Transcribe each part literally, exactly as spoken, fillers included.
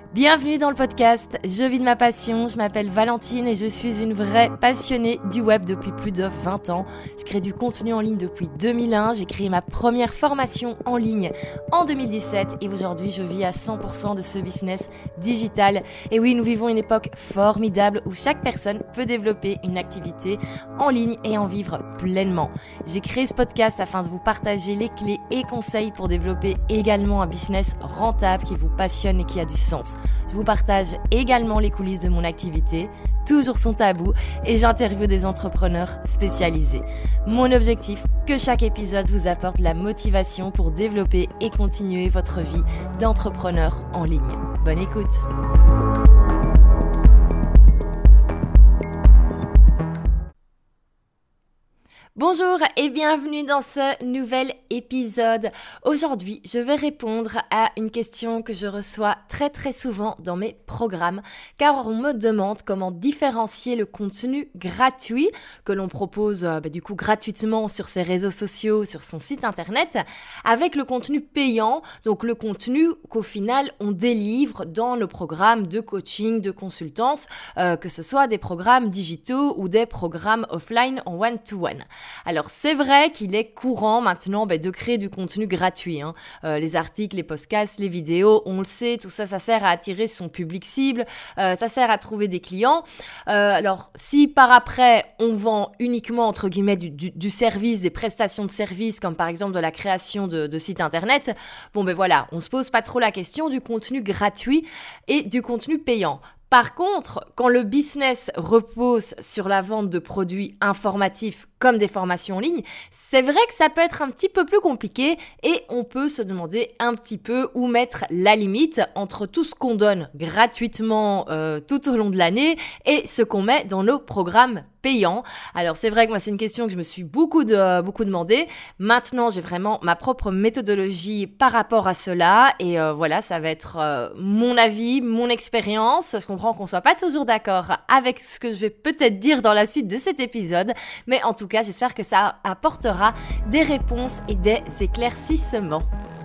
Bienvenue dans le podcast Je vis de ma passion, je m'appelle Valentine et je suis une vraie passionnée du web depuis plus de vingt ans. Je crée du contenu en ligne depuis deux mille un, j'ai créé ma première formation en ligne en deux mille dix-sept et aujourd'hui je vis à cent pour cent de ce business digital. Et oui, nous vivons une époque formidable où chaque personne peut développer une activité en ligne et en vivre pleinement. J'ai créé ce podcast afin de vous partager les clés et conseils pour développer également un business rentable qui vous passionne et qui a du sens. Je vous partage également les coulisses de mon activité, toujours son tabou, et j'interviewe des entrepreneurs spécialisés. Mon objectif, que chaque épisode vous apporte la motivation pour développer et continuer votre vie d'entrepreneur en ligne. Bonne écoute! Bonjour et bienvenue dans ce nouvel épisode. Aujourd'hui, je vais répondre à une question que je reçois très très souvent dans mes programmes, car on me demande comment différencier le contenu gratuit que l'on propose euh, bah, du coup gratuitement sur ses réseaux sociaux, sur son site internet, avec le contenu payant, donc le contenu qu'au final on délivre dans le programme de coaching, de consultance, euh, que ce soit des programmes digitaux ou des programmes offline en one-to-one. Alors c'est vrai qu'il est courant maintenant bah, de créer du contenu gratuit. Hein. Euh, les articles, les podcasts, les vidéos, on le sait, tout ça, ça sert à attirer son public cible, euh, ça sert à trouver des clients. Euh, alors si par après on vend uniquement entre guillemets du, du, du service, des prestations de services comme par exemple de la création de, de sites internet, bon ben voilà, on se pose pas trop la question du contenu gratuit et du contenu payant. Par contre, quand le business repose sur la vente de produits informatifs comme des formations en ligne, c'est vrai que ça peut être un petit peu plus compliqué et on peut se demander un petit peu où mettre la limite entre tout ce qu'on donne gratuitement euh, tout au long de l'année et ce qu'on met dans nos programmes payants. Alors c'est vrai que moi c'est une question que je me suis beaucoup de, beaucoup demandé. Maintenant j'ai vraiment ma propre méthodologie par rapport à cela et euh, voilà, ça va être euh, mon avis, mon expérience. Je comprends qu'on soit pas toujours d'accord avec ce que je vais peut-être dire dans la suite de cet épisode, mais en tout cas j'espère que ça apportera des réponses et des éclaircissements.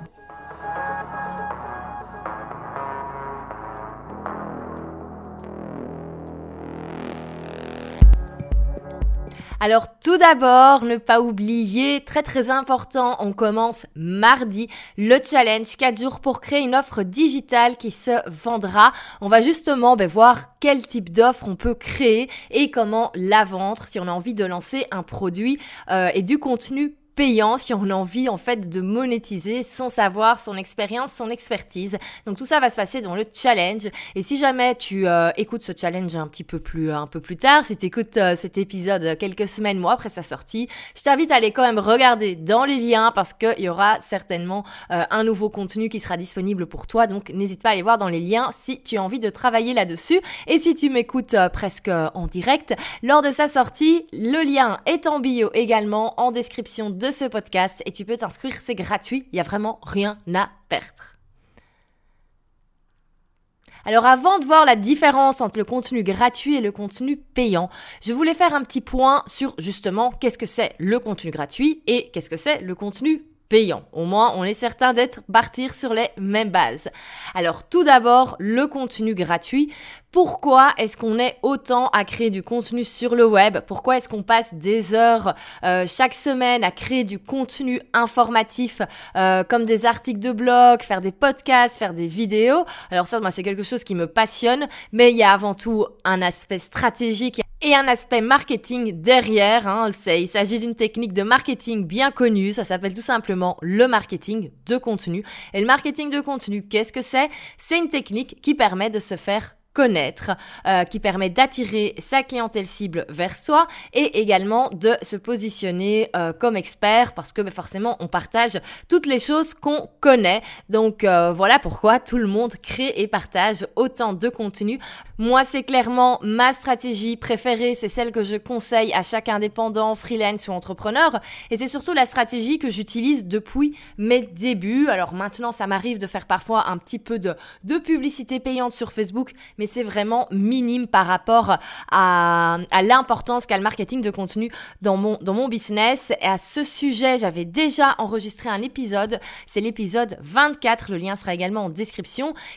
Alors tout d'abord, ne pas oublier, très très important, on commence mardi, le challenge quatre jours pour créer une offre digitale qui se vendra. On va justement ben, voir quel type d'offre on peut créer et comment la vendre si on a envie de lancer un produit euh, et du contenu payant, si on a envie en fait de monétiser son savoir, son expérience, son expertise. Donc tout ça va se passer dans le challenge. Et si jamais tu euh, écoutes ce challenge un petit peu plus un peu plus tard, si tu écoutes euh, cet épisode quelques semaines, mois après sa sortie, je t'invite à aller quand même regarder dans les liens parce qu'il y aura certainement euh, un nouveau contenu qui sera disponible pour toi. Donc n'hésite pas à aller voir dans les liens si tu as envie de travailler là-dessus. Et si tu m'écoutes euh, presque euh, en direct, lors de sa sortie, le lien est en bio également, en description de de ce podcast et tu peux t'inscrire, c'est gratuit, il n'y a vraiment rien à perdre. Alors avant de voir la différence entre le contenu gratuit et le contenu payant, je voulais faire un petit point sur justement qu'est-ce que c'est le contenu gratuit et qu'est-ce que c'est le contenu payant. Au moins, on est certain d'être partir sur les mêmes bases. Alors tout d'abord, le contenu gratuit. Pourquoi est-ce qu'on est autant à créer du contenu sur le web? Pourquoi est-ce qu'on passe des heures euh, chaque semaine à créer du contenu informatif euh, comme des articles de blog, faire des podcasts, faire des vidéos? Alors ça, moi, c'est quelque chose qui me passionne, mais il y a avant tout un aspect stratégique et un aspect marketing derrière. Hein, on le sait, il s'agit d'une technique de marketing bien connue. Ça s'appelle tout simplement le marketing de contenu. Et le marketing de contenu, qu'est-ce que c'est? C'est une technique qui permet de se faire connaître, euh, qui permet d'attirer sa clientèle cible vers soi et également de se positionner euh, comme expert parce que bah, forcément on partage toutes les choses qu'on connaît. Donc euh, voilà pourquoi tout le monde crée et partage autant de contenu. Moi c'est clairement ma stratégie préférée, c'est celle que je conseille à chaque indépendant, freelance ou entrepreneur et c'est surtout la stratégie que j'utilise depuis mes débuts. Alors maintenant ça m'arrive de faire parfois un petit peu de, de publicité payante sur Facebook, mais mais c'est vraiment minime par rapport à, à l'importance qu'a le marketing de contenu dans mon, dans mon business. Et à ce sujet, j'avais déjà enregistré un épisode, c'est l'épisode vingt-quatre, le lien sera également en description,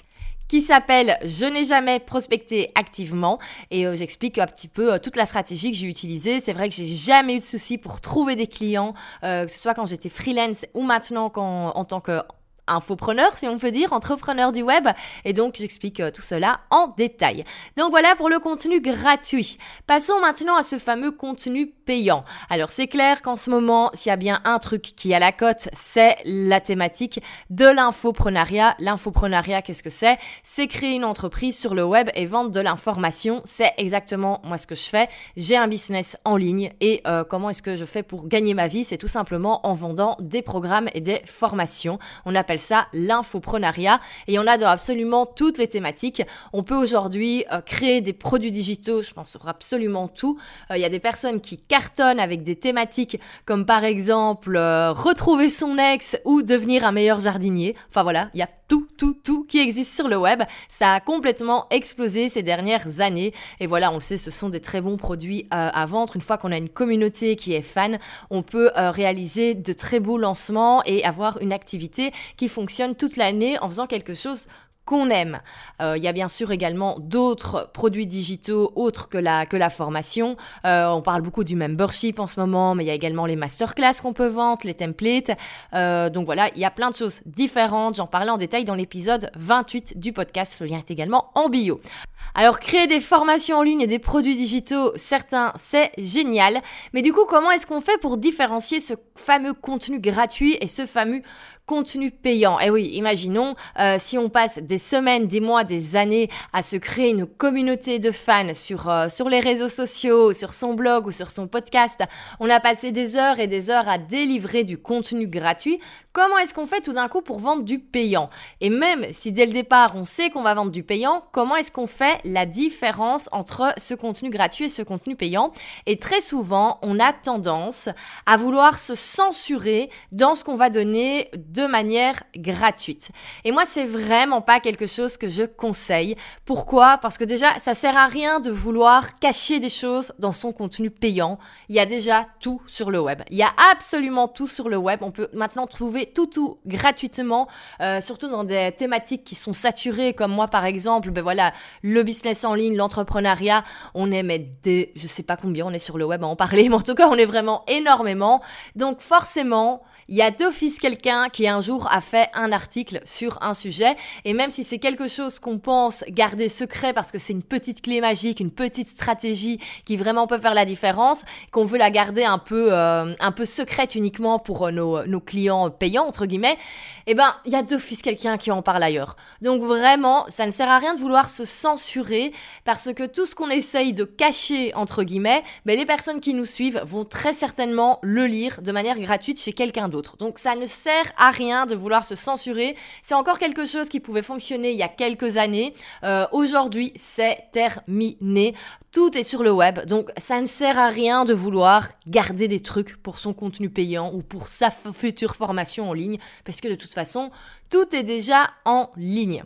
qui s'appelle « Je n'ai jamais prospecté activement » et euh, j'explique un petit peu euh, toute la stratégie que j'ai utilisée. C'est vrai que j'ai jamais eu de soucis pour trouver des clients, euh, que ce soit quand j'étais freelance ou maintenant quand, en tant que infopreneur, si on peut dire, entrepreneur du web. Et donc, j'explique euh, tout cela en détail. Donc voilà pour le contenu gratuit. Passons maintenant à ce fameux contenu payant. Alors, c'est clair qu'en ce moment, s'il y a bien un truc qui est à la cote, c'est la thématique de l'infoprenariat. L'infoprenariat, qu'est-ce que c'est? C'est créer une entreprise sur le web et vendre de l'information. C'est exactement moi ce que je fais. J'ai un business en ligne et euh, comment est-ce que je fais pour gagner ma vie? C'est tout simplement en vendant des programmes et des formations. On appelle ça l'infoprenariat et on a dans absolument toutes les thématiques. On peut aujourd'hui euh, créer des produits digitaux, je pense sur absolument tout. Il euh, y a des personnes qui cartonnent avec des thématiques comme par exemple euh, retrouver son ex ou devenir un meilleur jardinier. Enfin voilà, il y a tout, tout, tout qui existe sur le web. Ça a complètement explosé ces dernières années et voilà, on le sait, ce sont des très bons produits euh, à vendre. Une fois qu'on a une communauté qui est fan, on peut euh, réaliser de très beaux lancements et avoir une activité qui fonctionne toute l'année en faisant quelque chose qu'on aime. Euh, il y a bien sûr également d'autres produits digitaux autres que la, que la formation. Euh, on parle beaucoup du membership en ce moment, mais il y a également les masterclass qu'on peut vendre, les templates. Euh, donc voilà, il y a plein de choses différentes. J'en parlais en détail dans l'épisode vingt-huit du podcast. Le lien est également en bio. Alors, créer des formations en ligne et des produits digitaux, certains, c'est génial. Mais du coup, comment est-ce qu'on fait pour différencier ce fameux contenu gratuit et ce fameux contenu payant? Eh oui, imaginons euh, si on passe des semaines, des mois, des années à se créer une communauté de fans sur, euh, sur les réseaux sociaux, sur son blog ou sur son podcast. On a passé des heures et des heures à délivrer du contenu gratuit. Comment est-ce qu'on fait tout d'un coup pour vendre du payant? Et même si dès le départ, on sait qu'on va vendre du payant, comment est-ce qu'on fait la différence entre ce contenu gratuit et ce contenu payant? Et très souvent, on a tendance à vouloir se censurer dans ce qu'on va donner de manière gratuite. Et moi, c'est vraiment pas quelque chose que je conseille. Pourquoi? Parce que déjà, ça sert à rien de vouloir cacher des choses dans son contenu payant. Il y a déjà tout sur le web. Il y a absolument tout sur le web. On peut maintenant trouver tout, tout gratuitement, euh, surtout dans des thématiques qui sont saturées, comme moi, par exemple, ben voilà, le business en ligne, l'entrepreneuriat. On est mais des, je sais pas combien on est sur le web à en parler, mais en tout cas, on est vraiment énormément. Donc, forcément, il y a d'office quelqu'un qui un jour a fait un article sur un sujet et même si c'est quelque chose qu'on pense garder secret parce que c'est une petite clé magique, une petite stratégie qui vraiment peut faire la différence, qu'on veut la garder un peu, euh, un peu secrète uniquement pour euh, nos, nos clients payants, entre guillemets, eh ben, il y a d'office quelqu'un qui en parle ailleurs. Donc vraiment, ça ne sert à rien de vouloir se censurer parce que tout ce qu'on essaye de cacher, entre guillemets, ben, les personnes qui nous suivent vont très certainement le lire de manière gratuite chez quelqu'un d'autre. Donc ça ne sert à rien de vouloir se censurer. C'est encore quelque chose qui pouvait fonctionner il y a quelques années. Euh, aujourd'hui, c'est terminé. Tout est sur le web, donc ça ne sert à rien de vouloir garder des trucs pour son contenu payant ou pour sa f- future formation en ligne, parce que de toute façon, tout est déjà en ligne.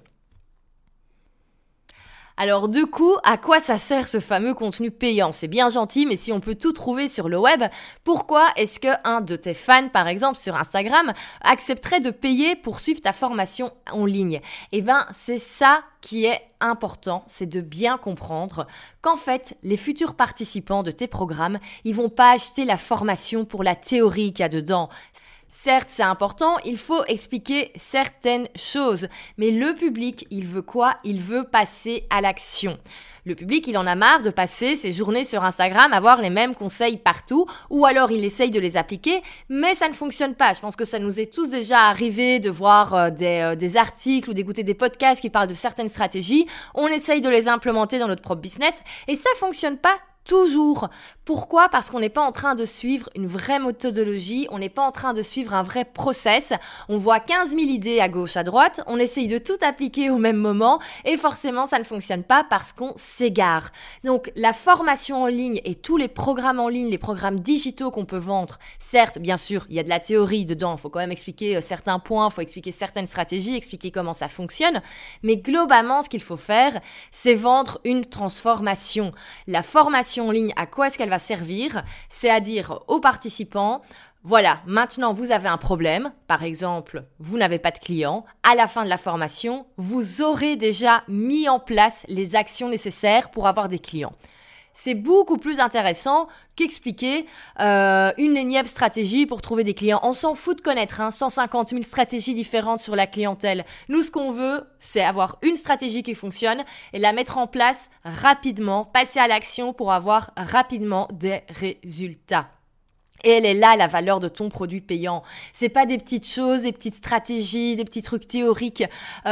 Alors du coup, à quoi ça sert ce fameux contenu payant? C'est bien gentil, mais si on peut tout trouver sur le web, pourquoi est-ce qu'un de tes fans, par exemple sur Instagram, accepterait de payer pour suivre ta formation en ligne? Eh bien, c'est ça qui est important, c'est de bien comprendre qu'en fait, les futurs participants de tes programmes, ils vont pas acheter la formation pour la théorie qu'il y a dedans. Certes, c'est important, il faut expliquer certaines choses, mais le public, il veut quoi? Il veut passer à l'action. Le public, il en a marre de passer ses journées sur Instagram à voir les mêmes conseils partout, ou alors il essaye de les appliquer, mais ça ne fonctionne pas. Je pense que ça nous est tous déjà arrivé de voir euh, des, euh, des articles ou d'écouter des podcasts qui parlent de certaines stratégies. On essaye de les implémenter dans notre propre business, et ça fonctionne pas toujours. Pourquoi? Parce qu'on n'est pas en train de suivre une vraie méthodologie, on n'est pas en train de suivre un vrai process. On voit quinze mille idées à gauche, à droite, on essaye de tout appliquer au même moment et forcément ça ne fonctionne pas parce qu'on s'égare. Donc la formation en ligne et tous les programmes en ligne, les programmes digitaux qu'on peut vendre, certes, bien sûr, il y a de la théorie dedans, il faut quand même expliquer certains points, il faut expliquer certaines stratégies, expliquer comment ça fonctionne, mais globalement, ce qu'il faut faire, c'est vendre une transformation. La formation en ligne, à quoi est-ce qu'elle va servir? C'est à dire aux participants, Voilà, maintenant vous avez un problème, par exemple, vous n'avez pas de clients, à la fin de la formation, vous aurez déjà mis en place les actions nécessaires pour avoir des clients. C'est beaucoup plus intéressant qu'expliquer euh, une énième stratégie pour trouver des clients. On s'en fout de connaître hein, cent cinquante mille stratégies différentes sur la clientèle. Nous, ce qu'on veut, c'est avoir une stratégie qui fonctionne et la mettre en place rapidement, passer à l'action pour avoir rapidement des résultats. Et elle est là, la valeur de ton produit payant. C'est pas des petites choses, des petites stratégies, des petits trucs théoriques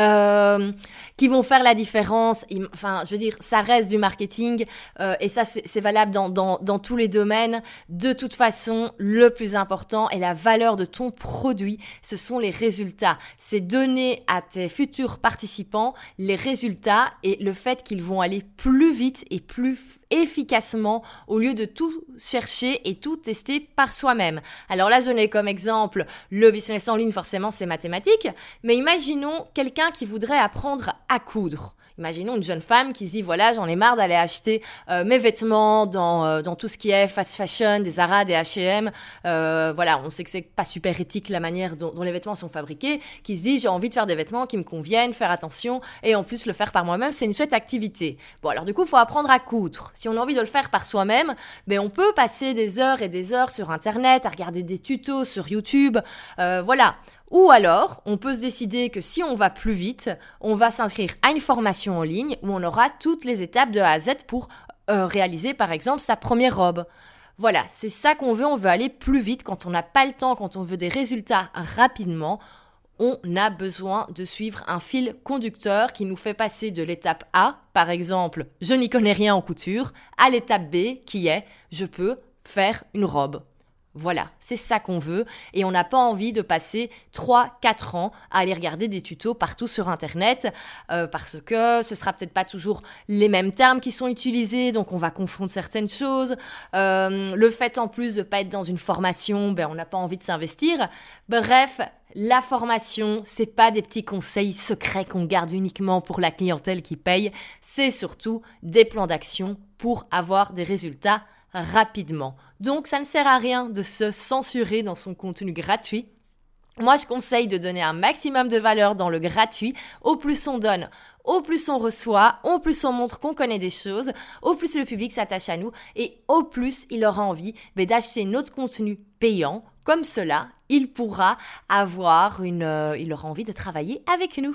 euh, qui vont faire la différence. Enfin, je veux dire, ça reste du marketing euh, et ça, c'est, c'est valable dans, dans, dans tous les domaines. De toute façon, le plus important est la valeur de ton produit. Ce sont les résultats. C'est donner à tes futurs participants les résultats et le fait qu'ils vont aller plus vite et plus efficacement au lieu de tout chercher et tout tester par soi-même. Alors là, je n'ai comme exemple le business en ligne, forcément c'est mathématique, mais imaginons quelqu'un qui voudrait apprendre à coudre. Imaginons une jeune femme qui se dit, voilà, j'en ai marre d'aller acheter euh, mes vêtements dans, euh, dans tout ce qui est fast fashion, des Zara, des H et M. Euh, voilà, on sait que c'est pas super éthique la manière dont, dont les vêtements sont fabriqués, qui se dit, j'ai envie de faire des vêtements qui me conviennent, faire attention, et en plus le faire par moi-même, c'est une chouette activité. Bon, alors du coup, il faut apprendre à coudre. Si on a envie de le faire par soi-même, ben, on peut passer des heures et des heures sur Internet, à regarder des tutos sur YouTube, euh, voilà. Ou alors, on peut se décider que si on va plus vite, on va s'inscrire à une formation en ligne où on aura toutes les étapes de A à Z pour euh, réaliser par exemple sa première robe. Voilà, c'est ça qu'on veut, on veut aller plus vite quand on n'a pas le temps, quand on veut des résultats rapidement. On a besoin de suivre un fil conducteur qui nous fait passer de l'étape A, par exemple, je n'y connais rien en couture, à l'étape B qui est, je peux faire une robe. Voilà, c'est ça qu'on veut et on n'a pas envie de passer trois quatre ans à aller regarder des tutos partout sur Internet euh, parce que ce sera peut-être pas toujours les mêmes termes qui sont utilisés, donc on va confondre certaines choses. Euh, le fait en plus de pas être dans une formation, ben on n'a pas envie de s'investir. Bref, la formation, c'est pas des petits conseils secrets qu'on garde uniquement pour la clientèle qui paye, c'est surtout des plans d'action pour avoir des résultats rapidement. Donc, ça ne sert à rien de se censurer dans son contenu gratuit. Moi, je conseille de donner un maximum de valeur dans le gratuit. Au plus on donne, au plus on reçoit, au plus on montre qu'on connaît des choses, au plus le public s'attache à nous et au plus il aura envie bah, d'acheter notre contenu payant. Comme cela, il pourra avoir une... Euh, il aura envie de travailler avec nous.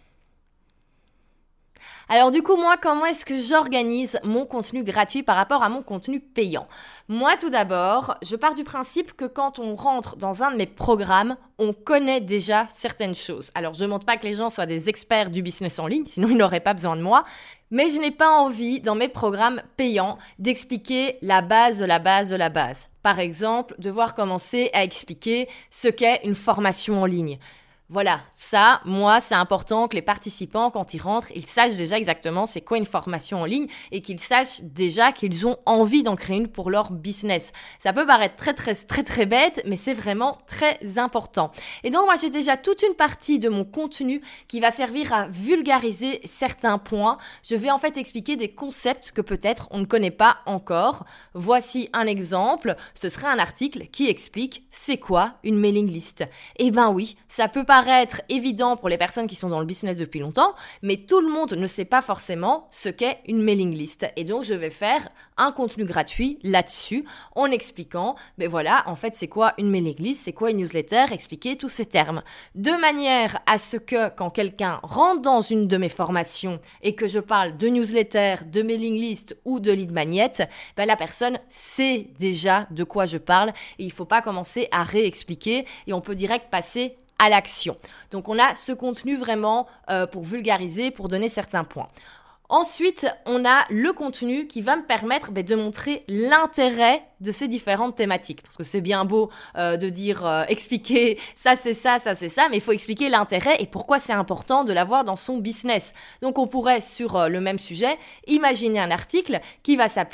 Alors du coup, moi, comment est-ce que j'organise mon contenu gratuit par rapport à mon contenu payant ? Moi, tout d'abord, je pars du principe que quand on rentre dans un de mes programmes, on connaît déjà certaines choses. Alors, je ne demande pas que les gens soient des experts du business en ligne, sinon ils n'auraient pas besoin de moi. Mais je n'ai pas envie, dans mes programmes payants, d'expliquer la base de la base de la base. Par exemple, devoir commencer à expliquer ce qu'est une formation en ligne. Voilà, ça, moi, c'est important que les participants, quand ils rentrent, ils sachent déjà exactement c'est quoi une formation en ligne et qu'ils sachent déjà qu'ils ont envie d'en créer une pour leur business. Ça peut paraître très, très, très, très bête, mais c'est vraiment très important. Et donc, moi, j'ai déjà toute une partie de mon contenu qui va servir à vulgariser certains points. Je vais en fait expliquer des concepts que peut-être on ne connaît pas encore. Voici un exemple. Ce serait un article qui explique c'est quoi une mailing list. Eh ben oui, ça peut pas paraître évident pour les personnes qui sont dans le business depuis longtemps, mais tout le monde ne sait pas forcément ce qu'est une mailing list. Et donc, je vais faire un contenu gratuit là-dessus en expliquant, ben voilà, en fait, c'est quoi une mailing list, c'est quoi une newsletter, expliquer tous ces termes. De manière à ce que quand quelqu'un rentre dans une de mes formations et que je parle de newsletter, de mailing list ou de lead magnet, ben la personne sait déjà de quoi je parle et il ne faut pas commencer à réexpliquer et on peut direct passer à l'action. Donc, on a ce contenu vraiment euh, pour vulgariser, pour donner certains points. Ensuite, on a le contenu qui va me permettre bah, de montrer l'intérêt de ces différentes thématiques. Parce que c'est bien beau euh, de dire, euh, expliquer ça c'est ça, ça c'est ça, mais il faut expliquer l'intérêt et pourquoi c'est important de l'avoir dans son business. Donc, on pourrait, sur euh, le même sujet, imaginer un article qui va s'appeler «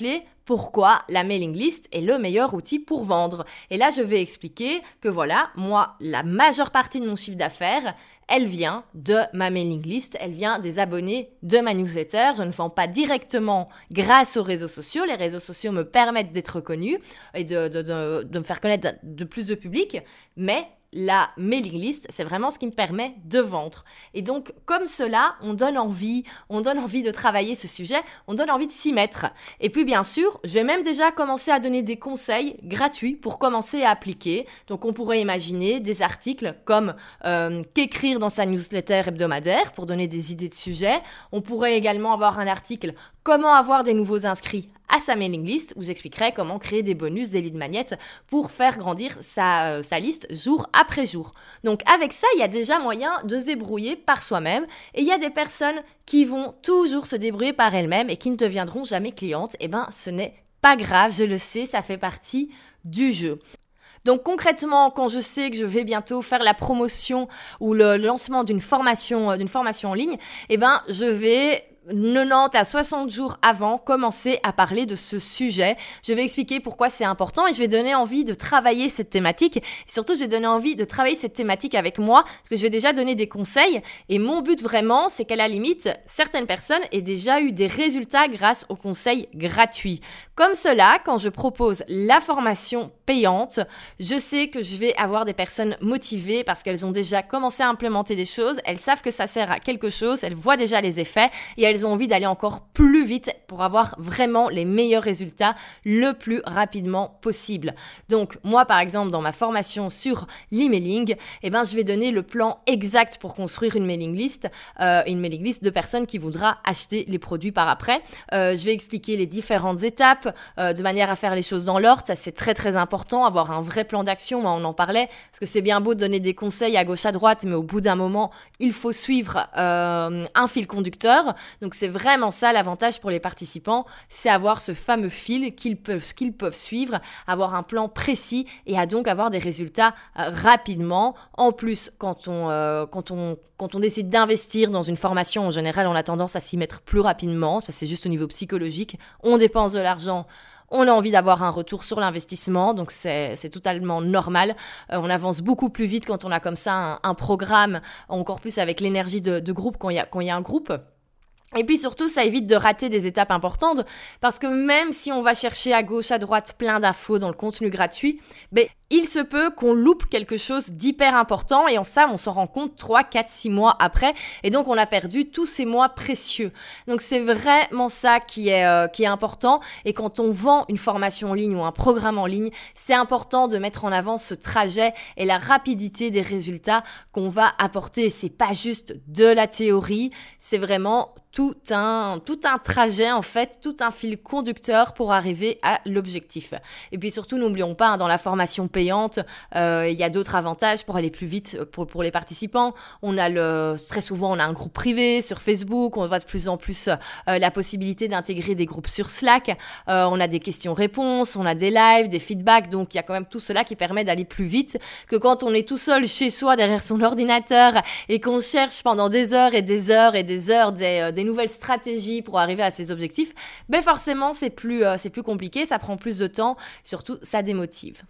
pourquoi la mailing list est le meilleur outil pour vendre. Et là, je vais expliquer que voilà, moi, la majeure partie de mon chiffre d'affaires, elle vient de ma mailing list, elle vient des abonnés de ma newsletter. Je ne vends pas directement grâce aux réseaux sociaux. Les réseaux sociaux me permettent d'être connue et de, de, de, de me faire connaître de plus de public, mais la mailing list, c'est vraiment ce qui me permet de vendre. Et donc, comme cela, on donne envie, on donne envie de travailler ce sujet, on donne envie de s'y mettre. Et puis, bien sûr, je vais même déjà commencer à donner des conseils gratuits pour commencer à appliquer. Donc, on pourrait imaginer des articles comme euh, qu'écrire dans sa newsletter hebdomadaire pour donner des idées de sujets. On pourrait également avoir un article comment avoir des nouveaux inscrits à sa mailing list, où j'expliquerai comment créer des bonus, des lead magnets pour faire grandir sa, euh, sa liste jour après jour. Donc avec ça, il y a déjà moyen de se débrouiller par soi-même. Et il y a des personnes qui vont toujours se débrouiller par elles-mêmes et qui ne deviendront jamais clientes. Eh bien, ce n'est pas grave, je le sais, ça fait partie du jeu. Donc concrètement, quand je sais que je vais bientôt faire la promotion ou le lancement d'une formation, d'une formation en ligne, eh ben, je vais quatre-vingt-dix à soixante jours avant commencer à parler de ce sujet. Je vais expliquer pourquoi c'est important et je vais donner envie de travailler cette thématique. Et surtout, je vais donner envie de travailler cette thématique avec moi parce que je vais déjà donner des conseils. Et mon but vraiment, c'est qu'à la limite, certaines personnes aient déjà eu des résultats grâce aux conseils gratuits. Comme cela, quand je propose la formation payante, je sais que je vais avoir des personnes motivées parce qu'elles ont déjà commencé à implémenter des choses. Elles savent que ça sert à quelque chose. Elles voient déjà les effets et elles Elles ont envie d'aller encore plus vite pour avoir vraiment les meilleurs résultats le plus rapidement possible. Donc, moi, par exemple, dans ma formation sur l'emailing, eh ben, je vais donner le plan exact pour construire une mailing list, euh, une mailing list de personnes qui voudra acheter les produits par après. Euh, je vais expliquer les différentes étapes euh, de manière à faire les choses dans l'ordre. Ça, c'est très, très important, avoir un vrai plan d'action. Moi, on en parlait parce que c'est bien beau de donner des conseils à gauche, à droite, mais au bout d'un moment, il faut suivre euh, un fil conducteur. Donc, c'est vraiment ça l'avantage pour les participants, c'est avoir ce fameux fil qu'ils peuvent, qu'ils peuvent suivre, avoir un plan précis et à donc avoir des résultats euh, rapidement. En plus, quand on, euh, quand on, quand on décide d'investir dans une formation, en général, on a tendance à s'y mettre plus rapidement. Ça, c'est juste au niveau psychologique. On dépense de l'argent. On a envie d'avoir un retour sur l'investissement, donc c'est, c'est totalement normal. Euh, on avance beaucoup plus vite quand on a comme ça un, un programme, encore plus avec l'énergie de, de groupe quand il y a, quand il y a un groupe. Et puis surtout, ça évite de rater des étapes importantes parce que même si on va chercher à gauche, à droite plein d'infos dans le contenu gratuit, ben, il se peut qu'on loupe quelque chose d'hyper important et en ça, on s'en rend compte trois, quatre, six mois après et donc on a perdu tous ces mois précieux. Donc c'est vraiment ça qui est, euh, qui est important et quand on vend une formation en ligne ou un programme en ligne, c'est important de mettre en avant ce trajet et la rapidité des résultats qu'on va apporter. C'est pas juste de la théorie, c'est vraiment tout un, tout un trajet en fait, tout un fil conducteur pour arriver à l'objectif. Et puis surtout, n'oublions pas, hein, dans la formation payante, euh, il y a d'autres avantages pour aller plus vite pour, pour les participants. On a le, très souvent, on a un groupe privé sur Facebook, on voit de plus en plus euh, la possibilité d'intégrer des groupes sur Slack, euh, on a des questions-réponses, on a des lives, des feedbacks, donc il y a quand même tout cela qui permet d'aller plus vite que quand on est tout seul chez soi derrière son ordinateur et qu'on cherche pendant des heures et des heures et des heures des, euh, des nouvelles stratégies pour arriver à ses objectifs, ben forcément c'est plus, euh, c'est plus compliqué, ça prend plus de temps, surtout ça démotive.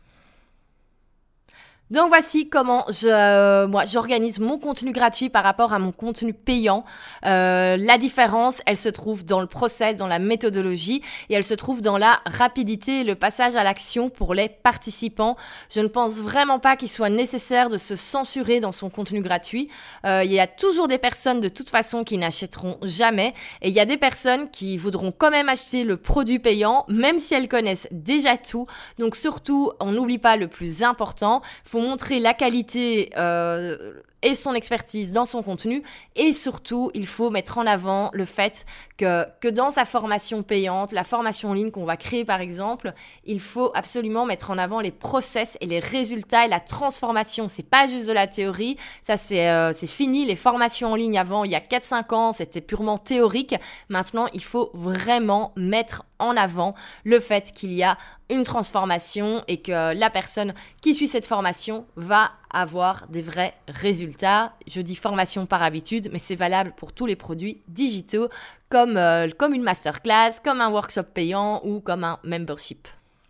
Donc voici comment je, euh, moi, j'organise mon contenu gratuit par rapport à mon contenu payant. Euh, la différence, elle se trouve dans le process, dans la méthodologie et elle se trouve dans la rapidité et le passage à l'action pour les participants. Je ne pense vraiment pas qu'il soit nécessaire de se censurer dans son contenu gratuit. Euh, il y a toujours des personnes de toute façon qui n'achèteront jamais et il y a des personnes qui voudront quand même acheter le produit payant même si elles connaissent déjà tout. Donc surtout, on n'oublie pas le plus important, faut montrer la qualité euh, et son expertise dans son contenu et surtout, il faut mettre en avant le fait que, que dans sa formation payante, la formation en ligne qu'on va créer par exemple, il faut absolument mettre en avant les process et les résultats et la transformation. C'est pas juste de la théorie, ça c'est, euh, c'est fini. Les formations en ligne avant, il y a quatre cinq ans, c'était purement théorique. Maintenant, il faut vraiment mettre en avant le fait qu'il y a une transformation et que la personne qui suit cette formation va avoir des vrais résultats. Je dis formation par habitude, mais c'est valable pour tous les produits digitaux, comme, euh, comme une masterclass, comme un workshop payant ou comme un membership.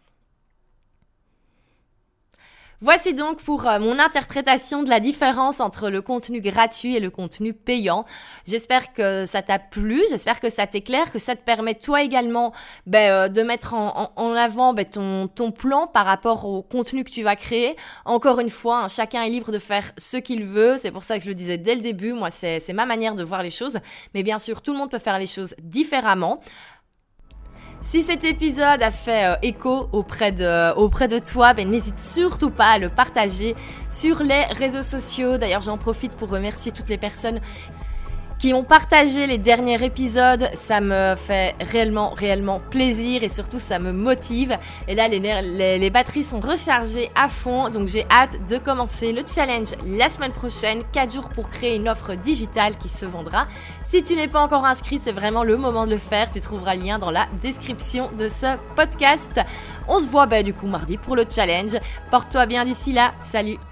Voici donc pour euh, mon interprétation de la différence entre le contenu gratuit et le contenu payant. J'espère que ça t'a plu, j'espère que ça t'éclaire, que ça te permet toi également ben, euh, de mettre en, en, en avant ben, ton, ton plan par rapport au contenu que tu vas créer. Encore une fois, hein, chacun est libre de faire ce qu'il veut, c'est pour ça que je le disais dès le début, moi c'est, c'est ma manière de voir les choses, mais bien sûr tout le monde peut faire les choses différemment. Si cet épisode a fait euh, écho auprès de, auprès de toi, ben, n'hésite surtout pas à le partager sur les réseaux sociaux. D'ailleurs, j'en profite pour remercier toutes les personnes qui ont partagé les derniers épisodes. Ça me fait réellement, réellement plaisir et surtout ça me motive. Et là, les, les, les batteries sont rechargées à fond, donc j'ai hâte de commencer le challenge la semaine prochaine. quatre jours pour créer une offre digitale qui se vendra. Si tu n'es pas encore inscrit, c'est vraiment le moment de le faire. Tu trouveras le lien dans la description de ce podcast. On se voit bah, du coup mardi pour le challenge. Porte-toi bien d'ici là. Salut!